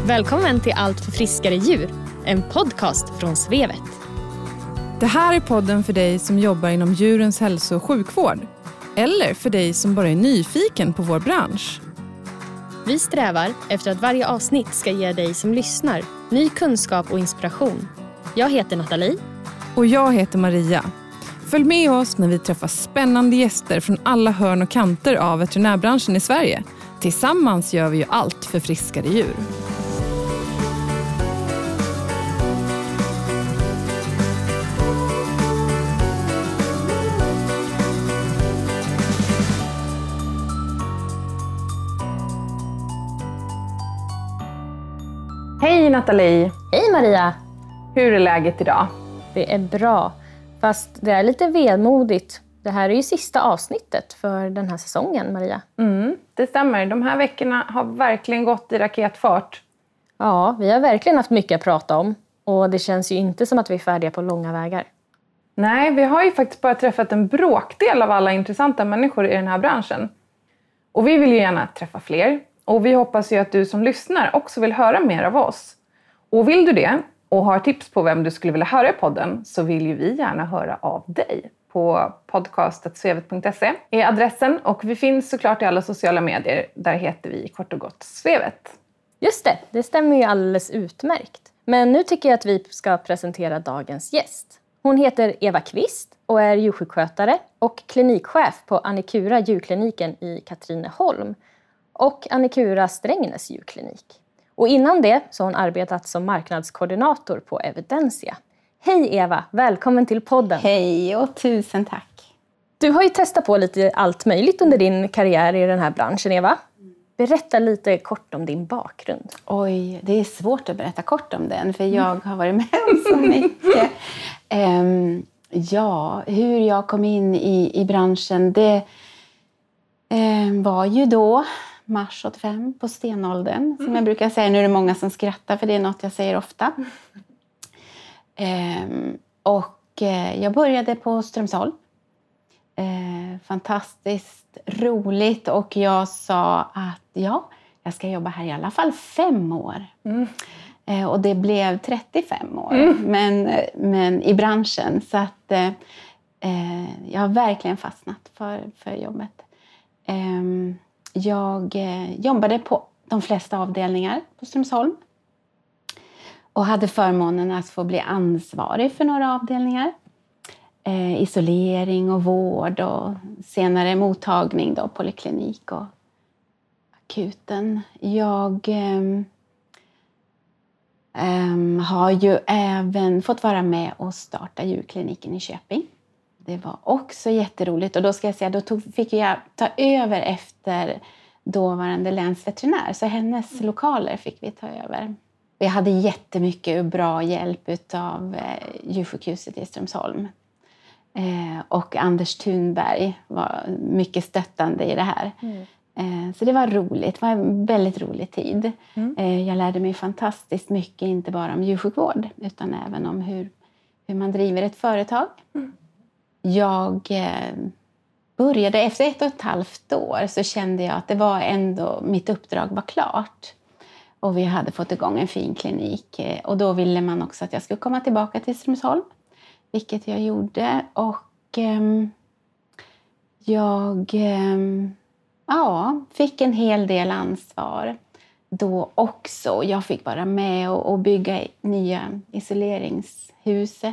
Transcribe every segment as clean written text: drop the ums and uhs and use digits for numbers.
Välkommen till Allt för friskare djur, en podcast från Svevet. Det här är podden för dig som jobbar inom djurens hälso- och sjukvård. Eller för dig som bara är nyfiken på vår bransch. Vi strävar efter att varje avsnitt ska ge dig som lyssnar ny kunskap och inspiration. Jag heter Nathalie. Och jag heter Maria. Följ med oss när vi träffar spännande gäster från alla hörn och kanter av veterinärbranschen i Sverige. Tillsammans gör vi ju allt för friskare djur. Hej Nathalie! Hej Maria! Hur är läget idag? Det är bra, fast det är lite vemodigt. Det här är ju sista avsnittet för den här säsongen, Maria. Det stämmer. De här veckorna har verkligen gått i raketfart. Ja, vi har verkligen haft mycket att prata om. Och det känns ju inte som att vi är färdiga på långa vägar. Nej, vi har ju faktiskt bara träffat en bråkdel av alla intressanta människor i den här branschen. Och vi vill ju gärna träffa fler. Och vi hoppas ju att du som lyssnar också vill höra mer av oss. Och vill du det och har tips på vem du skulle vilja höra i podden, så vill ju vi gärna höra av dig. På podcast.svevet.se är adressen, och vi finns såklart i alla sociala medier. Där heter vi kort och gott Svevet. Just det stämmer ju alldeles utmärkt. Men nu tycker jag att vi ska presentera dagens gäst. Hon heter Eva Kvist och är djursjukskötare och klinikchef på Annikura djurkliniken i Katrineholm och Annikura Strängnäs djurklinik. Och innan det så har hon arbetat som marknadskoordinator på Evidensia. Hej Eva, välkommen till podden. Hej och tusen tack. Du har ju testat på lite allt möjligt under din karriär i den här branschen, Eva. Berätta lite kort om din bakgrund. Oj, det är svårt att berätta kort om den, för jag har varit med om så mycket. Hur jag kom in i branschen, det var ju då mars 85 på stenåldern. Som jag brukar säga, nu är det många som skrattar för det är något jag säger ofta. Jag började på Strömsholm. Fantastiskt roligt, och jag sa att jag ska jobba här i alla fall 5 år. Och det blev 35 år, men i branschen. Så att jag har verkligen fastnat för jobbet. Jag jobbade på de flesta avdelningar på Strömsholm. Och hade förmånen att få bli ansvarig för några avdelningar. Isolering och vård och senare mottagning då, poliklinik och akuten. Jag har ju även fått vara med och starta djurkliniken i Köping. Det var också jätteroligt, och då ska jag säga, fick jag ta över efter dåvarande länsveterinär. Så hennes lokaler fick vi ta över. Vi hade jättemycket bra hjälp av djursjukhuset i Strömsholm. Och Anders Thunberg var mycket stöttande i det här. Så det var roligt. Det var en väldigt rolig tid. Jag lärde mig fantastiskt mycket, inte bara om djursjukvård, utan även om hur man driver ett företag. Jag började efter 1,5 år, så kände jag att det var ändå, mitt uppdrag var klart. Och vi hade fått igång en fin klinik. Och då ville man också att jag skulle komma tillbaka till Strömsholm. Vilket jag gjorde. Och jag fick en hel del ansvar då också. Jag fick vara med och bygga nya isoleringshuset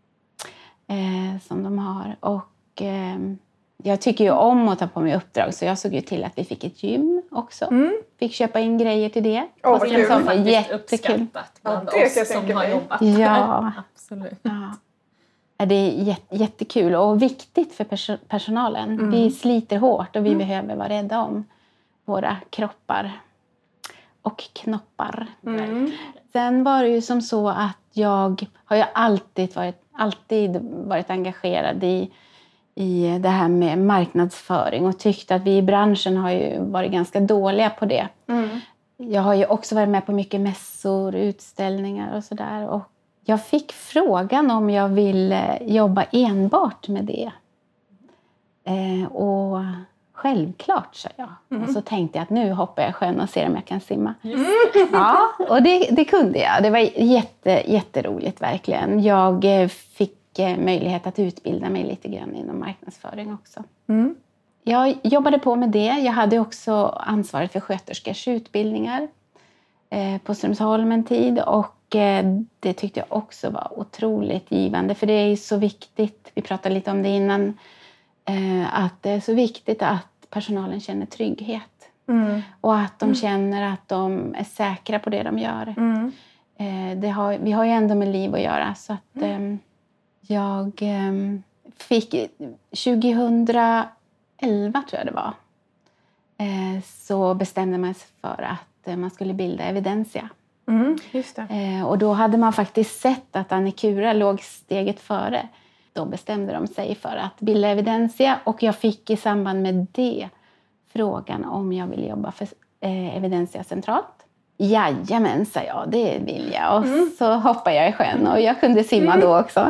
som de har. Och jag tycker ju om att ta på mig uppdrag, så jag såg ju till att vi fick ett gym också. Fick köpa in grejer till det. Vad kul. Det var jättekul. Bland oss som har jobbat där. Ja, Absolut. Ja. Det är jättekul och viktigt för personalen. Vi sliter hårt och vi behöver vara rädda om våra kroppar och knoppar. Sen var det ju som så att jag har ju alltid varit engagerad i det här med marknadsföring, och tyckte att vi i branschen har ju varit ganska dåliga på det. Jag har ju också varit med på mycket mässor, utställningar och sådär, och jag fick frågan om jag ville jobba enbart med det. Och Självklart, sa jag. Och så tänkte jag att nu hoppar jag i sjön och ser om jag kan simma. Ja, och det kunde jag. Det var jätteroligt verkligen. Jag fick möjlighet att utbilda mig lite grann inom marknadsföring också. Jag jobbade på med det. Jag hade också ansvaret för sköterskors utbildningar på Strömsholm en tid. Och det tyckte jag också var otroligt givande. För det är så viktigt, vi pratade lite om det innan, att det är så viktigt att personalen känner trygghet. Och att de känner att de är säkra på det de gör. Vi har ju ändå med liv att göra. Så att jag fick 2011 tror jag det var. Så bestämde man sig för att man skulle bilda Evidensia. Just det. Och då hade man faktiskt sett att Annikura låg steget före. Då bestämde de sig för att bilda Evidensia. Och jag fick i samband med det frågan om jag ville jobba för Evidensia centralt. Jajamän, sa jag, det vill jag. Och så hoppade jag i sjön och jag kunde simma då också.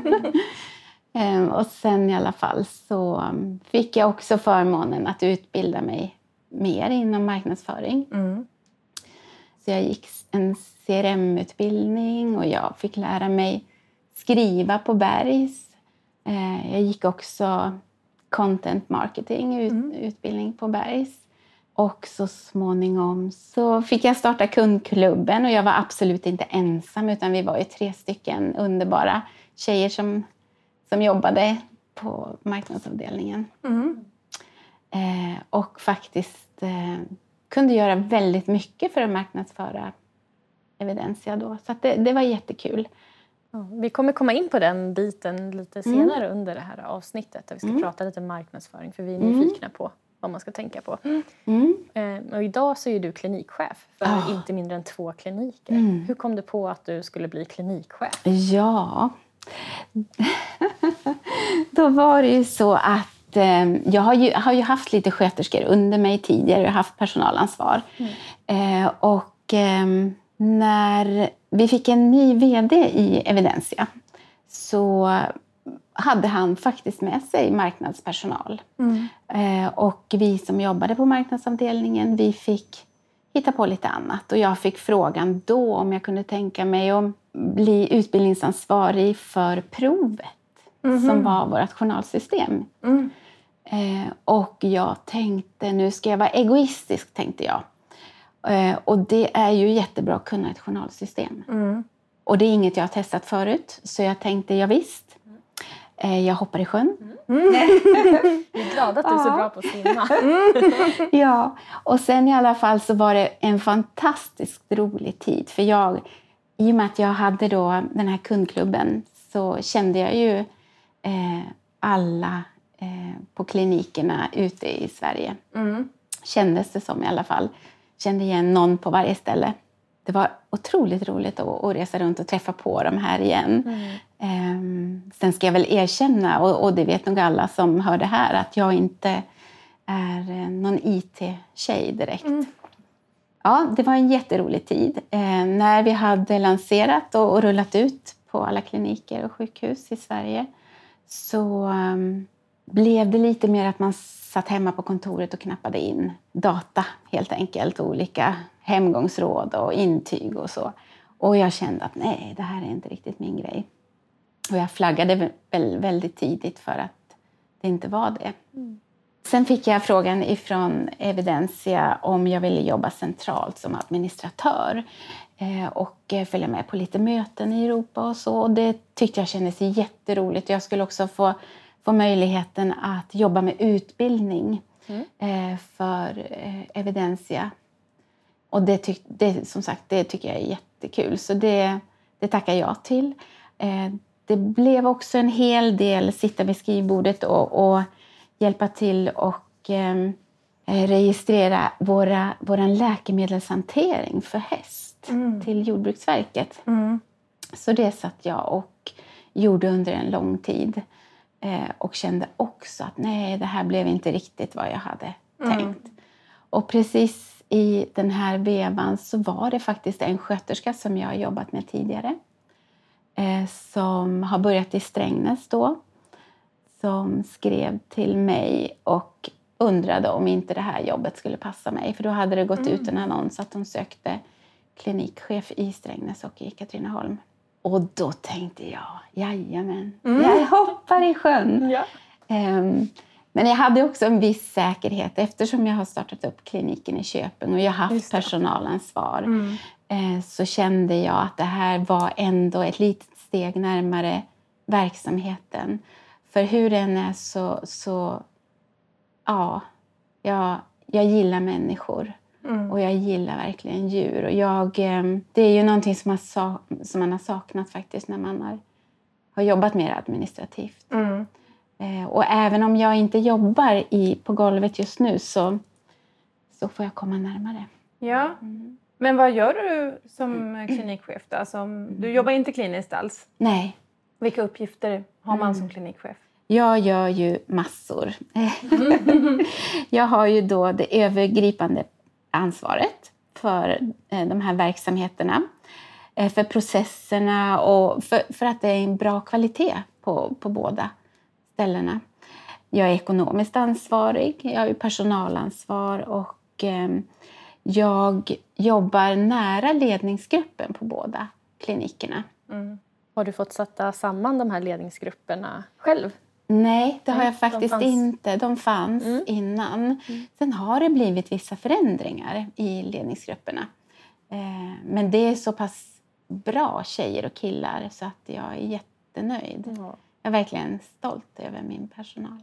Och sen i alla fall så fick jag också förmånen att utbilda mig mer inom marknadsföring. Så jag gick en CRM-utbildning och jag fick lära mig skriva på Bergs. Jag gick också content marketing utbildning på Bergs. Och så småningom så fick jag starta kundklubben och jag var absolut inte ensam utan vi var ju 3 stycken underbara tjejer som jobbade på marknadsavdelningen. Och faktiskt kunde göra väldigt mycket för att marknadsföra Evidensia då. Så att det var jättekul. Vi kommer komma in på den biten lite senare under det här avsnittet. Där vi ska prata lite marknadsföring för vi är nyfikna på vad man ska tänka på. Och idag så är du klinikchef för inte mindre än 2 kliniker. Hur kom du på att du skulle bli klinikchef? Ja, då var det ju så att jag har ju haft lite sköterskor under mig tidigare. Jag har haft personalansvar. Och när vi fick en ny vd i Evidensia så hade han faktiskt med sig marknadspersonal. Och vi som jobbade på marknadsavdelningen, vi fick hitta på lite annat. Och jag fick frågan då om jag kunde tänka mig att bli utbildningsansvarig för provet. Som var vårt journalsystem. Och jag tänkte, nu ska jag vara egoistisk, tänkte jag. Och det är ju jättebra att kunna ett journalsystem. Och det är inget jag har testat förut. Så jag tänkte, ja visst. Jag hoppar i sjön. Jag är glad att du är så bra på att simma. Ja, och sen i alla fall så var det en fantastiskt rolig tid. För i och med att jag hade då den här kundklubben så kände jag ju alla på klinikerna ute i Sverige. Kändes det som i alla fall. Kände igen någon på varje ställe. Det var otroligt roligt att resa runt och träffa på dem här igen. Sen ska jag väl erkänna, och det vet nog alla som hör det här, att jag inte är någon IT-tjej direkt. Ja, det var en jätterolig tid. När vi hade lanserat och rullat ut på alla kliniker och sjukhus i Sverige så blev det lite mer att man satt hemma på kontoret och knappade in data helt enkelt. Olika hemgångsråd och intyg och så. Och jag kände att nej, det här är inte riktigt min grej. Och jag flaggade väldigt tidigt för att det inte var det. Sen fick jag frågan ifrån Evidensia om jag ville jobba centralt som administratör. Och följa med på lite möten i Europa och så. Och det tyckte jag kändes jätteroligt. Jag skulle också få möjligheten att jobba med utbildning för Evidensia. Och som sagt, det tycker jag är jättekul. Så det tackar jag till. Det blev också en hel del sitta vid skrivbordet och hjälpa till och registrera våran läkemedelshantering för häst till Jordbruksverket. Så det satt jag och gjorde under en lång tid. Och kände också att nej, det här blev inte riktigt vad jag hade tänkt. Och precis i den här vevan så var det faktiskt en sköterska som jag har jobbat med tidigare. Som har börjat i Strängnäs då. Som skrev till mig och undrade om inte det här jobbet skulle passa mig. För då hade det gått ut en annons att de sökte klinikchef i Strängnäs och i Katrineholm. Och då tänkte jag, jajamän, jag hoppar i sjön. Ja. Men jag hade också en viss säkerhet eftersom jag har startat upp kliniken i Köping och jag har haft personalansvar. Så kände jag att det här var ändå ett litet steg närmare verksamheten. För hur den är så ja, jag gillar människor. Och jag gillar verkligen djur. Och det är ju någonting som man har saknat faktiskt när man har jobbat mer administrativt. Och även om jag inte jobbar på golvet just nu så får jag komma närmare. Ja. Men vad gör du som klinikchef då? Alltså, du jobbar inte kliniskt alls? Nej. Vilka uppgifter har man som klinikchef? Jag gör ju massor. Jag har ju då det övergripande ansvaret för de här verksamheterna. För processerna och för att det är en bra kvalitet på båda ställena. Jag är ekonomiskt ansvarig, jag har ju personalansvar och jag jobbar nära ledningsgruppen på båda klinikerna. Har du fått sätta samman de här ledningsgrupperna själv? Nej, det har jag faktiskt inte. De fanns innan. Sen har det blivit vissa förändringar i ledningsgrupperna. Men det är så pass bra tjejer och killar så att jag är jättenöjd. Jag är verkligen stolt över min personal.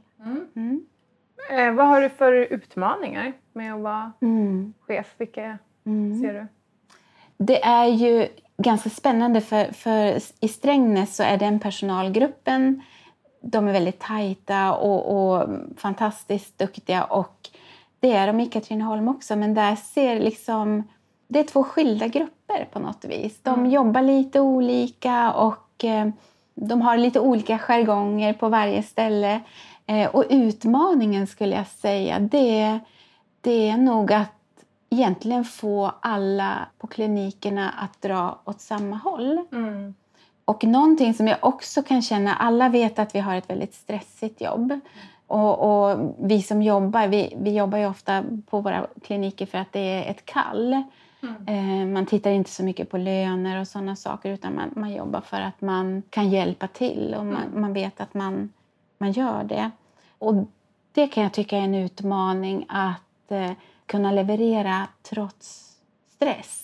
Vad har du för utmaningar med att vara chef? Vilka ser du? Det är ju ganska spännande för i Strängnäs så är den personalgruppen, de är väldigt tajta och fantastiskt duktiga och det är de i Katrineholm också, men där ser liksom, det är två skilda grupper på något vis. De jobbar lite olika och de har lite olika jargonger på varje ställe. Och utmaningen skulle jag säga, det är nog att egentligen få alla på klinikerna att dra åt samma håll. Och någonting som jag också kan känna, alla vet att vi har ett väldigt stressigt jobb. Och vi som jobbar, vi jobbar ju ofta på våra kliniker för att det är ett kall. Man tittar inte så mycket på löner och sådana saker utan man jobbar för att man kan hjälpa till och man vet att man gör det. Och det kan jag tycka är en utmaning att kunna leverera trots stress.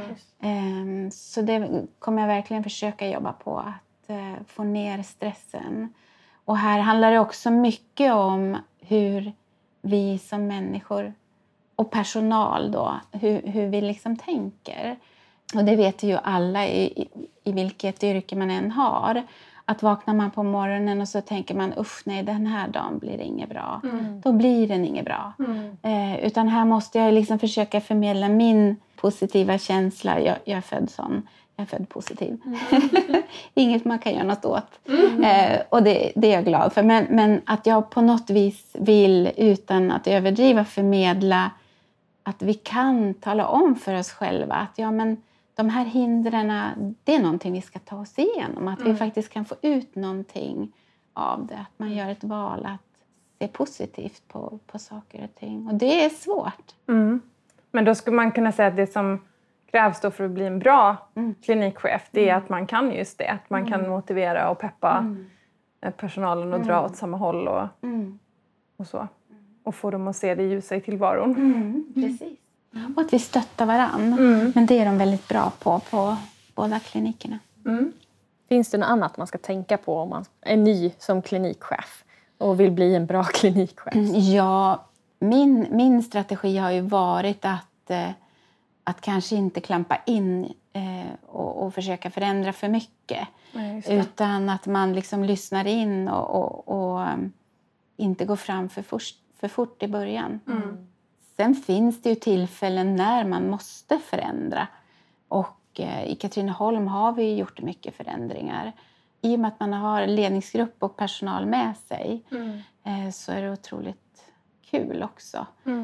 Så det kommer jag verkligen försöka jobba på, att få ner stressen. Och här handlar det också mycket om hur vi som människor och personal då, hur vi liksom tänker. Och det vet ju alla i vilket yrke man än har. Att vaknar man på morgonen och så tänker man, usch nej, den här dagen blir det inget bra. Då blir den inget bra. Utan här måste jag liksom försöka förmedla min positiva känsla. Jag är född sån. Jag är född positiv. Inget man kan göra något åt. Och det är jag glad för. Men att jag på något vis vill, utan att överdriva, förmedla att vi kan tala om för oss själva att ja, men de här hindren, det är någonting vi ska ta oss igenom. Att vi faktiskt kan få ut någonting av det. Att man gör ett val att se positivt på saker och ting. Och det är svårt. Men då skulle man kunna säga att det som krävs då för att bli en bra klinikchef, det är att man kan just det. Att man kan motivera och peppa personalen och dra åt samma håll och så. Och få dem att se det ljusa i tillvaron. Precis. Och att vi stöttar varann. Men det är de väldigt bra på båda klinikerna. Finns det något annat man ska tänka på om man är ny som klinikchef och vill bli en bra klinikchef? Ja, min strategi har ju varit att kanske inte klampa in och försöka förändra för mycket. Utan att man liksom lyssnar in och inte går fram för fort i början. Sen finns det ju tillfällen när man måste förändra. Och i Katrineholm har vi gjort mycket förändringar. I och med att man har ledningsgrupp och personal med sig så är det otroligt kul också.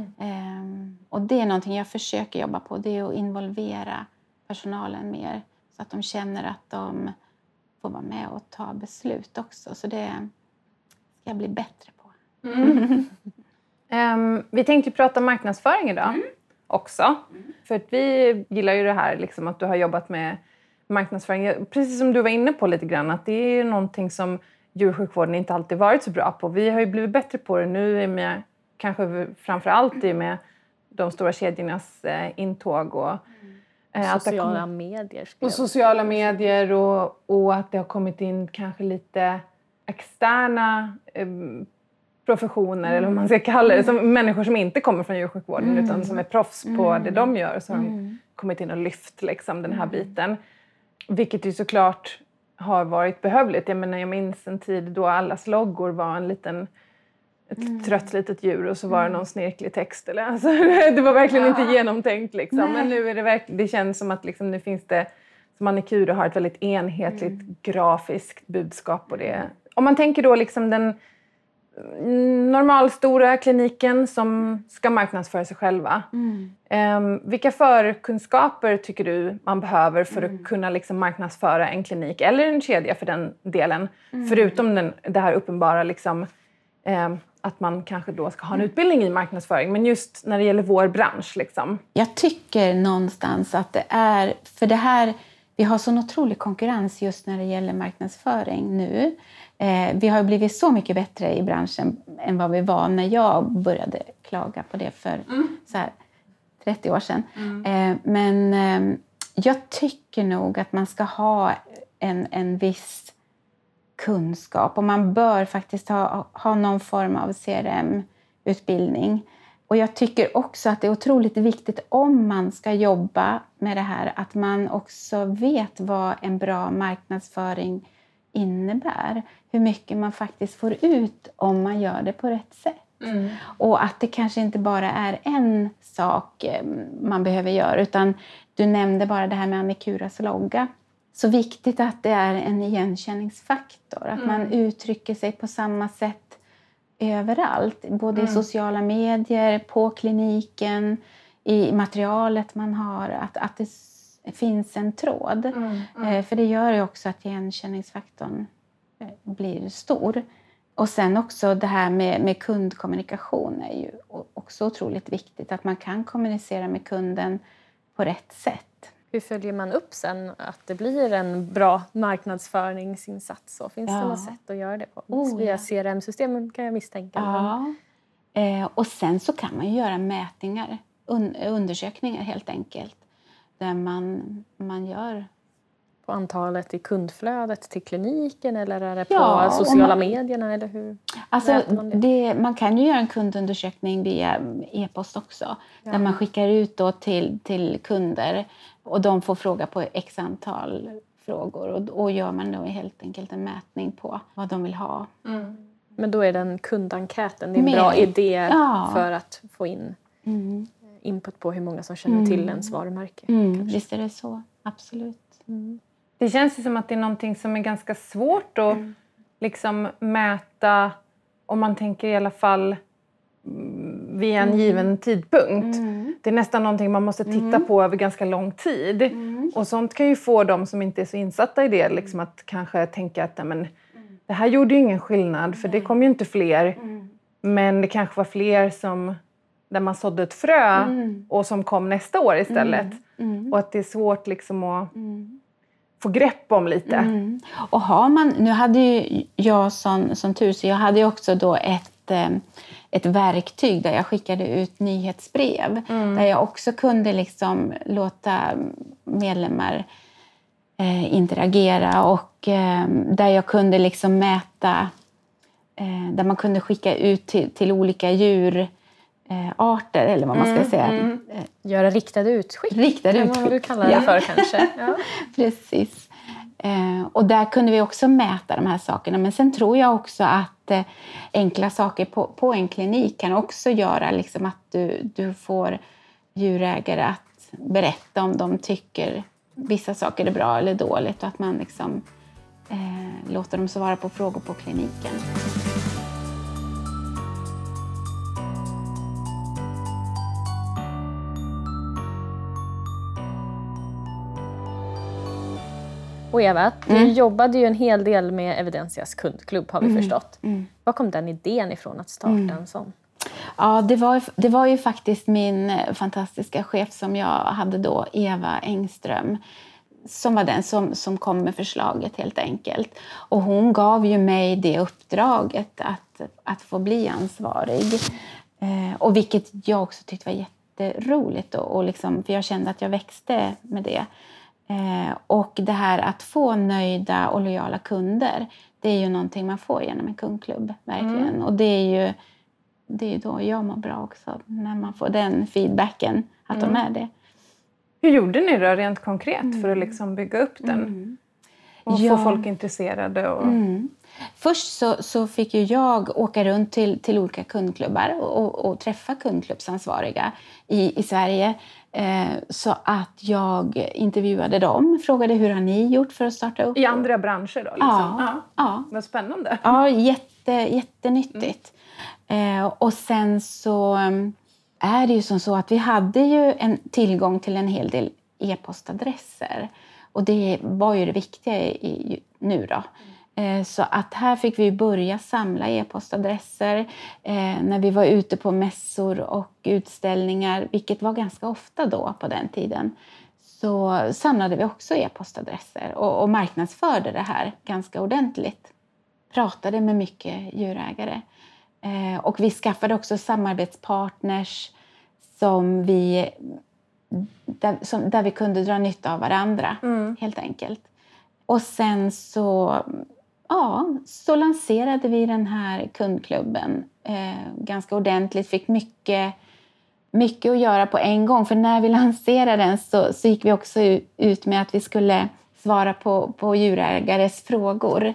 Och det är någonting jag försöker jobba på. Det är att involvera personalen mer. Så att de känner att de får vara med och ta beslut också. Så det ska jag bli bättre på. Vi tänkte ju prata marknadsföring idag också. För att vi gillar ju det här liksom, att du har jobbat med marknadsföring. Precis som du var inne på lite grann. Att det är någonting som djursjukvården inte alltid varit så bra på. Vi har ju blivit bättre på det nu med, kanske framförallt med de stora kedjornas intåg. Och, sociala medier. Och sociala medier och att det har kommit in kanske lite externa professioner eller vad man ska kalla det. Som människor som inte kommer från djursjukvården utan som är proffs på det de gör. Så har de kommit in och lyft liksom, den här biten. Vilket ju såklart har varit behövligt. Jag minns en tid då allas loggor var ett trött litet djur och så var det någon snirklig text. Alltså, det var verkligen inte genomtänkt. Liksom. Men nu är det verkligen, det känns som att liksom, nu finns det, som Annikura har ett väldigt enhetligt grafiskt budskap på det. Om man tänker då liksom den normalstora kliniken som ska marknadsföra sig själva. Vilka förkunskaper tycker du man behöver för att kunna liksom marknadsföra en klinik eller en kedja för den delen? Förutom det här uppenbara liksom, att man kanske då ska ha en utbildning i marknadsföring. Men just när det gäller vår bransch. Liksom. Jag tycker någonstans att det är, för det här, vi har sån otrolig konkurrens just när det gäller marknadsföring nu. Vi har blivit så mycket bättre i branschen än vad vi var när jag började klaga på det för så här 30 år sedan. Men jag tycker nog att man ska ha en viss kunskap och man bör faktiskt ha någon form av CRM-utbildning. Och jag tycker också att det är otroligt viktigt om man ska jobba med det här att man också vet vad en bra marknadsföring innebär. Hur mycket man faktiskt får ut om man gör det på rätt sätt. Och att det kanske inte bara är en sak man behöver göra. Utan du nämnde bara det här med Annikuras logga. Så viktigt att det är en igenkänningsfaktor. Att man uttrycker sig på samma sätt överallt. Både i sociala medier, på kliniken, i materialet man har. Att det finns en tråd. För det gör ju också att igenkänningsfaktorn blir stor. Och sen också det här med kundkommunikation är ju också otroligt viktigt. Att man kan kommunicera med kunden på rätt sätt. Hur följer man upp sen att det blir en bra marknadsföringsinsats? Så finns det något sätt att göra det på? Via CRM-systemen kan jag misstänka. Ja. Och sen så kan man ju göra mätningar, undersökningar helt enkelt. Där man gör... På antalet i kundflödet till kliniken eller är det på sociala medierna? Eller hur alltså, man kan ju göra en kundundersökning via e-post också. Där man skickar ut då till kunder och de får fråga på x antal frågor. Och gör man då helt enkelt en mätning på vad de vill ha. Men då är den kundenkäten, det är en bra idé för att få in input på hur många som känner till ens varumärke. Visst är det så, absolut. Det känns ju som att det är någonting som är ganska svårt att liksom mäta om man tänker i alla fall vid en given tidpunkt. Det är nästan någonting man måste titta på över ganska lång tid. Och sånt kan ju få de som inte är så insatta i det liksom att kanske tänka att men, det här gjorde ju ingen skillnad för det kom ju inte fler. Men det kanske var fler som där man sådde ett frö och som kom nästa år istället. Och att det är svårt liksom att få grepp om lite. Och har man, nu hade ju jag som tur så jag hade ju också då ett verktyg där jag skickade ut nyhetsbrev. Där jag också kunde liksom låta medlemmar interagera och där jag kunde liksom mäta, där man kunde skicka ut till olika djurarter eller vad man ska säga. Göra riktade utskick. Riktade utskick. Vad du kallar det för kanske. Ja. Precis. Och där kunde vi också mäta de här sakerna. Men sen tror jag också att enkla saker på en klinik kan också göra liksom att du får djurägare att berätta om de tycker vissa saker är bra eller dåligt. Och att man liksom låter dem svara på frågor på kliniken. Och Eva, du jobbade ju en hel del med Evidensias kundklubb har vi förstått. Var kom den idén ifrån att starta en sån? Ja, det var ju faktiskt min fantastiska chef som jag hade då, Eva Engström, som var den som kom med förslaget helt enkelt. Och hon gav ju mig det uppdraget att få bli ansvarig. Och vilket jag också tyckte var jätteroligt. Och liksom, för jag kände att jag växte med det. Och det här att få nöjda och lojala kunder, det är ju någonting man får genom en kundklubb, verkligen. Och det är ju då jag mår bra också, när man får den feedbacken, att de är det. Hur gjorde ni då rent konkret för att liksom bygga upp den? Och få folk intresserade? Och... Först så fick ju jag åka runt till olika kundklubbar och träffa kundklubbsansvariga i Sverige. Så att jag intervjuade dem, frågade hur har ni gjort för att starta upp. I andra branscher då? Liksom. Ja. Vad spännande. Ja, jättenyttigt. Och sen så är det ju som så att vi hade ju en tillgång till en hel del e-postadresser. Och det var ju det viktiga nu då. Så att här fick vi börja samla e-postadresser när vi var ute på mässor och utställningar, vilket var ganska ofta då på den tiden. Så samlade vi också e-postadresser och marknadsförde det här ganska ordentligt. Pratade med mycket djurägare. Och vi skaffade också samarbetspartners där vi kunde dra nytta av varandra, helt enkelt. Och sen så lanserade vi den här kundklubben ganska ordentligt. Fick mycket att göra på en gång. För när vi lanserade den så gick vi också ut med att vi skulle svara på djurägares frågor.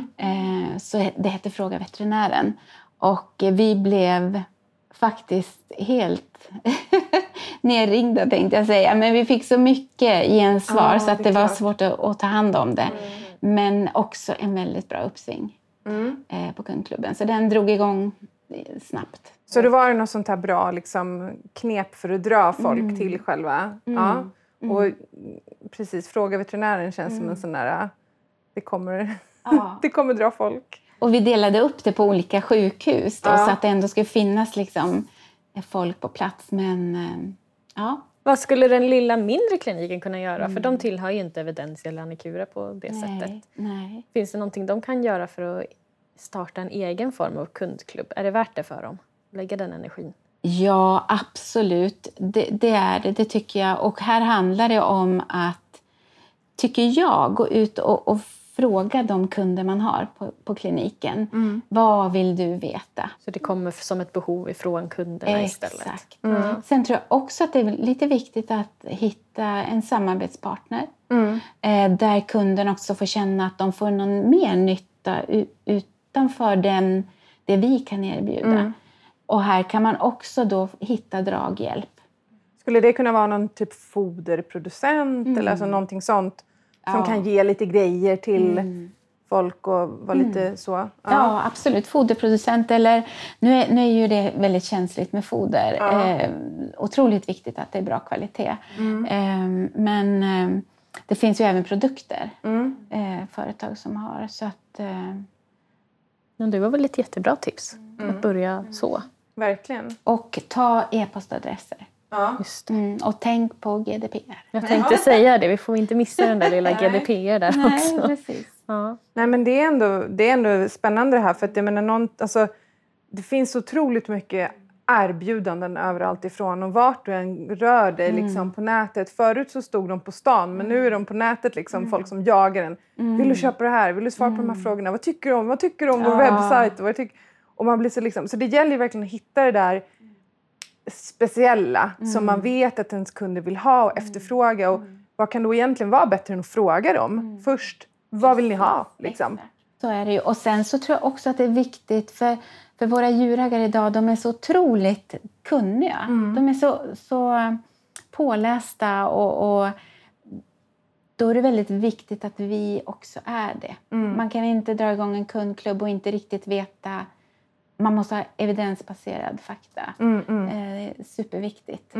Så det hette Fråga veterinären. Och vi blev faktiskt helt nerringda, tänkte jag säga. Men vi fick så mycket gensvar så att det var svårt att ta hand om det. Men också en väldigt bra uppsving på kundklubben. Så den drog igång snabbt. Så det var något sånt här bra liksom, knep för att dra folk till själva. Ja. Och precis, Fråga veterinären känns som en sån där... Det kommer dra folk. Och vi delade upp det på olika sjukhus då, så att det ändå skulle finnas liksom, folk på plats. Men Vad skulle den lilla mindre kliniken kunna göra? För de tillhör ju inte Evidensia eller Annikura på det sättet. Nej. Finns det någonting de kan göra för att starta en egen form av kundklubb? Är det värt det för dem? Lägga den energin? Ja, absolut. Det är det. Det tycker jag. Och här handlar det om att, tycker jag, gå ut och fråga de kunder man har på kliniken. Vad vill du veta? Så det kommer som ett behov ifrån kunderna istället. Exakt. Sen tror jag också att det är lite viktigt att hitta en samarbetspartner. Där kunden också får känna att de får någon mer nytta utanför det vi kan erbjuda. Och här kan man också då hitta draghjälp. Skulle det kunna vara någon typ foderproducent eller alltså någonting sånt? Som kan ge lite grejer till folk och vara lite så. Ja, absolut. Foderproducent eller... Nu är ju det väldigt känsligt med foder. Otroligt viktigt att det är bra kvalitet. Men det finns ju även produkter. Företag som har. Så att... Det var väl ett jättebra tips. Att börja så. Verkligen. Och ta e-postadresser. Ja. Just det. Och tänk på GDPR. Jag tänkte säga det. Vi får inte missa den där lilla GDPR där också. Nej, precis. Ja. Nej, men det är ändå spännande det här. För att jag menar, det finns otroligt mycket erbjudanden överallt ifrån. Och vart du än rör dig liksom, på nätet. Förut så stod de på stan. Men nu är de på nätet. Liksom, folk som jagar en. Vill du köpa det här? Vill du svara på de här frågorna? Vad tycker du om? Vad tycker du om vår webbsajt? Och man blir så liksom... Så det gäller ju verkligen att hitta det där speciella. Som man vet att ens kunder vill ha och efterfråga. Och vad kan då egentligen vara bättre än att fråga dem först? Vad vill ni ha? Liksom? Så är det ju. Och sen så tror jag också att det är viktigt för våra djurägare idag. De är så otroligt kunniga. De är så pålästa och då är det väldigt viktigt att vi också är det. Man kan inte dra igång en kundklubb och inte riktigt veta. Man måste ha evidensbaserad fakta. Det är superviktigt.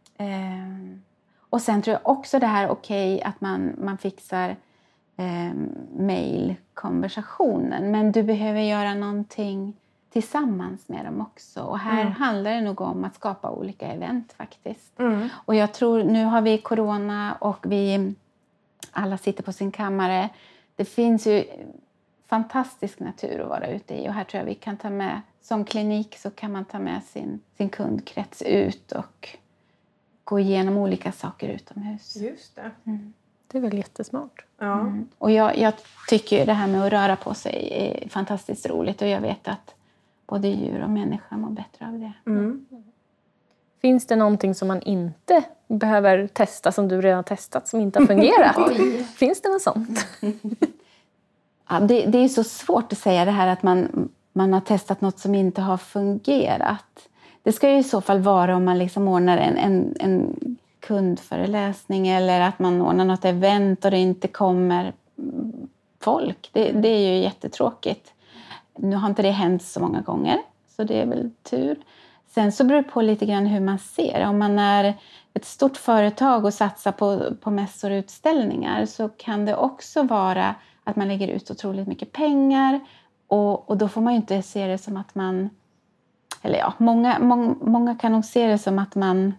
Och sen tror jag också det här att man fixar mailkonversationen. Men du behöver göra någonting tillsammans med dem också. Och här handlar det nog om att skapa olika event faktiskt. Och jag tror, nu har vi corona och vi alla sitter på sin kammare. Det finns ju fantastisk natur att vara ute i. Och här tror jag vi kan ta med, som klinik så kan man ta med sin kundkrets ut och gå igenom olika saker utomhus. Just det. Det är väl jättesmart. Ja. Och jag tycker ju det här med att röra på sig är fantastiskt roligt. Och jag vet att både djur och människa mår bättre av det. Finns det någonting som man inte behöver testa som du redan har testat som inte har fungerat? Finns det något sånt? Ja, det är så svårt att säga det här att man har testat något som inte har fungerat. Det ska ju i så fall vara om man liksom ordnar en kundföreläsning eller att man ordnar något event och det inte kommer folk. Det är ju jättetråkigt. Nu har inte det hänt så många gånger, så det är väl tur. Sen så beror det på lite grann hur man ser. Om man är ett stort företag och satsar på mässor och utställningar så kan det också vara att man lägger ut otroligt mycket pengar. Och då får man ju inte se det som att man... Eller ja, många kan nog se det som att man...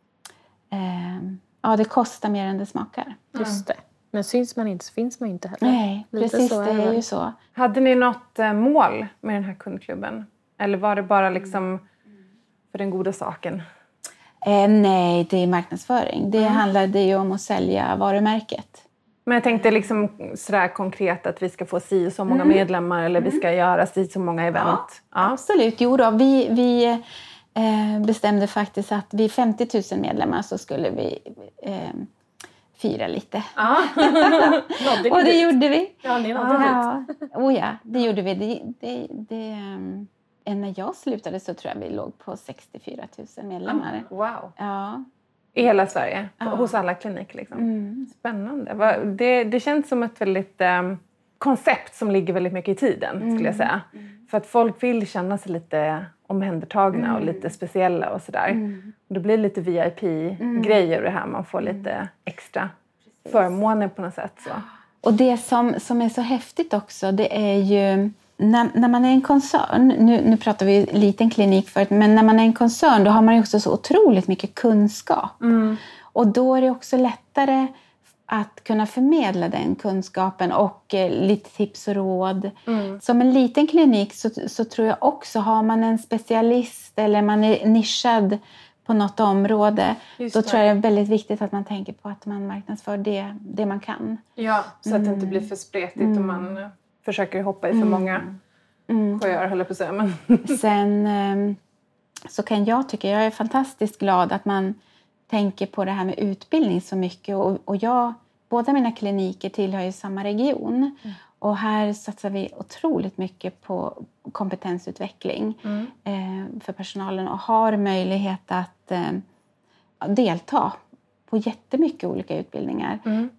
det kostar mer än det smakar. Just det. Men syns man inte så finns man inte heller. Nej, Lite precis, så det är ju så. Hade ni något mål med den här kundklubben? Eller var det bara liksom för den goda saken? Nej, det är marknadsföring. Det handlade ju om att sälja varumärket. Men jag tänkte liksom sådär konkret att vi ska få si så många medlemmar eller vi ska göra si så många event. Ja. Absolut, jo då. Vi bestämde faktiskt att vid 50 000 medlemmar så skulle vi fira lite. Ja. Och det gjorde vi. Ja, ni nådde dit. Det gjorde vi. När jag slutade så tror jag vi låg på 64 000 medlemmar. Wow. Ja. I hela Sverige? Hos alla kliniker liksom? Spännande. Det känns som ett väldigt koncept som ligger väldigt mycket i tiden skulle jag säga. För att folk vill känna sig lite omhändertagna och lite speciella och sådär. Och det blir lite VIP-grejer det här. Man får lite extra förmåner på något sätt. Så. Och det som är så häftigt också, det är ju när man är en koncern, nu pratar vi liten klinik förut, men när man är en koncern då har man ju också så otroligt mycket kunskap. Och då är det också lättare att kunna förmedla den kunskapen och lite tips och råd. Som en liten klinik så tror jag också, har man en specialist eller man är nischad på något område, då tror jag det är väldigt viktigt att man tänker på att man marknadsför det man kan. Ja, så att det inte blir för spretigt och man försöker hoppa i för många sjöar, höll jag på att säga. Men. Sen så kan jag tycka, jag är fantastiskt glad att man tänker på det här med utbildning så mycket. Och båda mina kliniker tillhör ju samma region. Och här satsar vi otroligt mycket på kompetensutveckling för personalen. Och har möjlighet att delta på jättemycket olika utbildningar.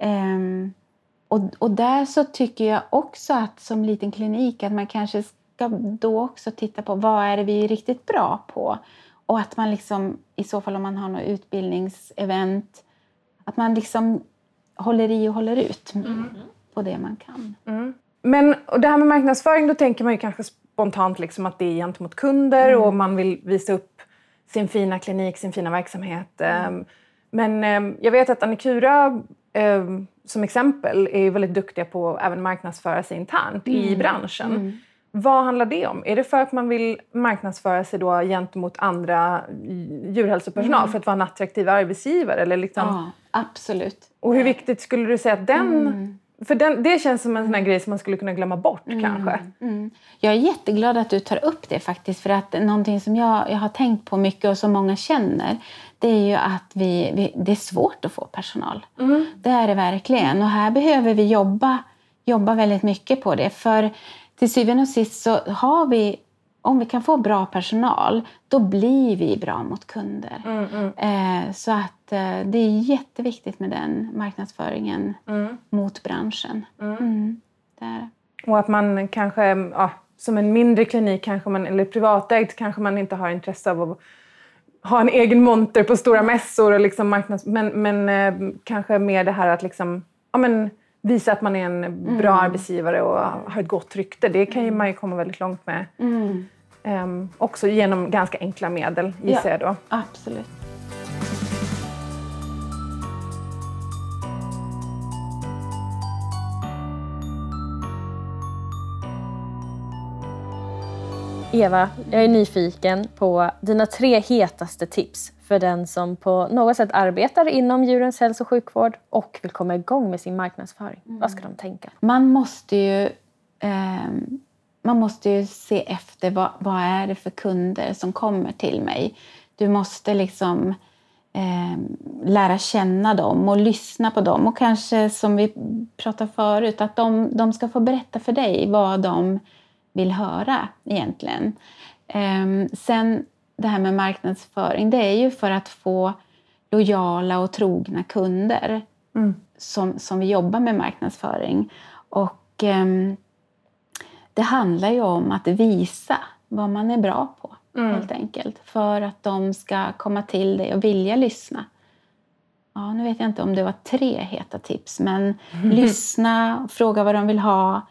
Och där så tycker jag också att som liten klinik att man kanske ska då också titta på vad är det vi är riktigt bra på. Och att man liksom, i så fall om man har något utbildningsevent, att man liksom håller i och håller ut på det man kan. Men och det här med marknadsföring, då tänker man ju kanske spontant liksom att det är gentemot kunder och man vill visa upp sin fina klinik, sin fina verksamhet. Men jag vet att Annikura som exempel är väldigt duktiga på att även marknadsföra sig internt i branschen. Vad handlar det om? Är det för att man vill marknadsföra sig då gentemot andra djurhälsopersonal för att vara en attraktiv arbetsgivare? Eller liksom? Ja, absolut. Och hur viktigt skulle du säga att den... För det känns som en sån här grej som man skulle kunna glömma bort kanske. Jag är jätteglad att du tar upp det faktiskt. För att någonting som jag har tänkt på mycket och som många känner, det är ju att det är svårt att få personal. Det är det verkligen. Och här behöver vi jobba väldigt mycket på det. För till syvende och sist så har vi, om vi kan få bra personal, då blir vi bra mot kunder. Så att det är jätteviktigt med den marknadsföringen mot branschen. Där. Och att man kanske, som en mindre klinik kanske man, eller privatägd kanske man inte har intresse av att ha en egen monter på stora mässor och liksom men kanske mer det här att liksom, visa att man är en bra arbetsgivare och har ett gott rykte. Det kan ju man ju komma väldigt långt med. Också genom ganska enkla medel, gissar jag då. Absolut. Eva, jag är nyfiken på dina 3 hetaste tips för den som på något sätt arbetar inom djurens hälso- och sjukvård och vill komma igång med sin marknadsföring. Vad ska de tänka? Man måste ju se efter vad är det för kunder som kommer till mig. Du måste liksom lära känna dem och lyssna på dem. Och kanske som vi pratade förut, att de ska få berätta för dig vad de vill höra egentligen. Sen det här med marknadsföring, det är ju för att få lojala och trogna kunder som vi jobbar med marknadsföring. Och det handlar ju om att visa vad man är bra på helt enkelt. För att de ska komma till dig och vilja lyssna. Ja, nu vet jag inte om det var 3 heta tips, men lyssna, fråga vad de vill ha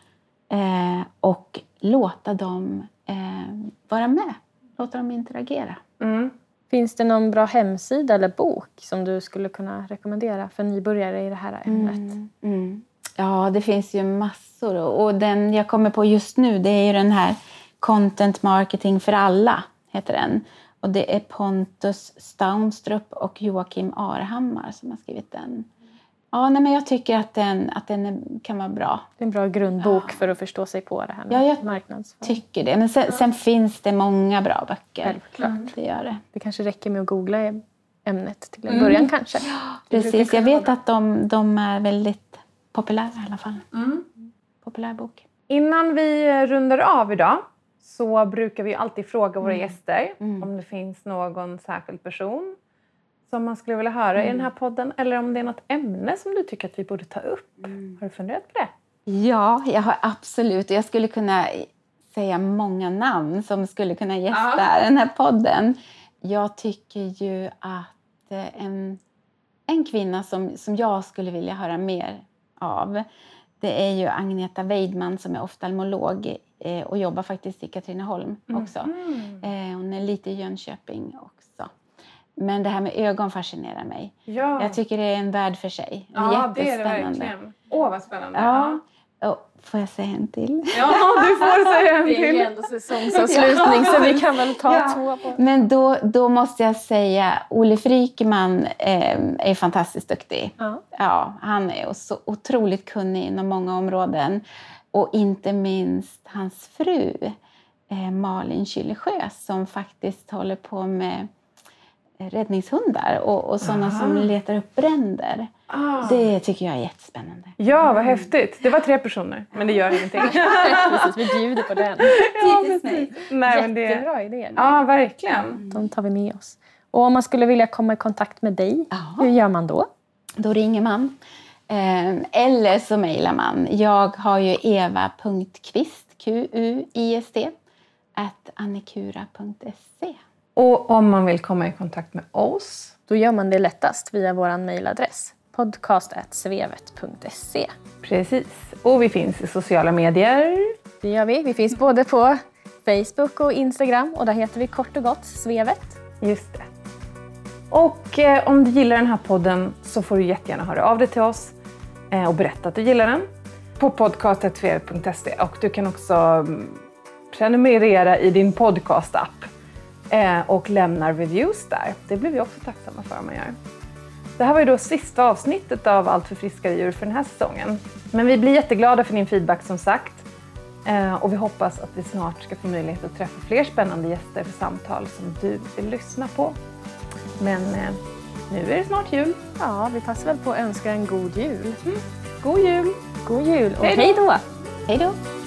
och låta dem vara med. Låta dem interagera. Finns det någon bra hemsida eller bok som du skulle kunna rekommendera för nybörjare i det här ämnet? Ja, det finns ju massor. Och den jag kommer på just nu, det är ju den här Content Marketing för alla, heter den. Och det är Pontus Staunstrup och Joakim Arhammar som har skrivit den. Ja, nej, men jag tycker att den kan vara bra. Det är en bra grundbok för att förstå sig på det här med jag marknadsföring. Tycker det. Men sen finns det många bra böcker. Självklart. Det gör det. Det kanske räcker med att googla ämnet till en början kanske. Precis, jag vet att de är väldigt populära i alla fall. Populär bok. Innan vi rundar av idag så brukar vi alltid fråga våra gäster om det finns någon särskild person som man skulle vilja höra i den här podden. Eller om det är något ämne som du tycker att vi borde ta upp. Har du funderat på det? Ja, jag har absolut. Jag skulle kunna säga många namn som skulle kunna gästa den här podden. Jag tycker ju att en kvinna som jag skulle vilja höra mer av, det är ju Agneta Weidman som är oftalmolog och jobbar faktiskt i Katrineholm också. Hon är lite i Jönköping också. Men det här med ögon fascinerar mig. Ja. Jag tycker det är en värld för sig. Ja, det är det verkligen. Åh, vad spännande. Ja. Får jag säga en till? Ja, du får säga en till. Det är ju ändå säsongsavslutning så vi kan väl ta 2 på. Men då måste jag säga Olle Frykman är fantastiskt duktig. Ja, han är så otroligt kunnig inom många områden. Och inte minst hans fru Malin Kyllesjö som faktiskt håller på med räddningshundar och sådana som letar upp bränder. Det tycker jag är jättespännande. Ja, vad häftigt. Det var 3 personer, men det gör ingenting. Precis, vi bjuder på den. Jättebra idé. Ja, verkligen. De tar vi med oss. Och om man skulle vilja komma i kontakt med dig, hur gör man då? Då ringer man. Eller så mejlar man. Jag har ju eva.kvist, QUIST, @annikura.se. Och om man vill komma i kontakt med oss, då gör man det lättast via vår mejladress podcast@svevet.se. Precis. Och vi finns i sociala medier. Det gör vi. Vi finns både på Facebook och Instagram och där heter vi kort och gott Svevet. Just det. Och om du gillar den här podden så får du jättegärna höra av dig till oss och berätta att du gillar den på podcast@svevet.se. Och du kan också prenumerera i din podcast-app och lämna reviews där. Det blir vi också tacksamma för om man gör. Det här var ju då sista avsnittet av Allt för friskare djur för den här säsongen. Men vi blir jätteglada för din feedback som sagt. Och vi hoppas att vi snart ska få möjlighet att träffa fler spännande gäster för samtal som du vill lyssna på. Men nu är det snart jul. Ja, vi passar väl på att önska en god jul. God jul! God jul och hej då! Hej då!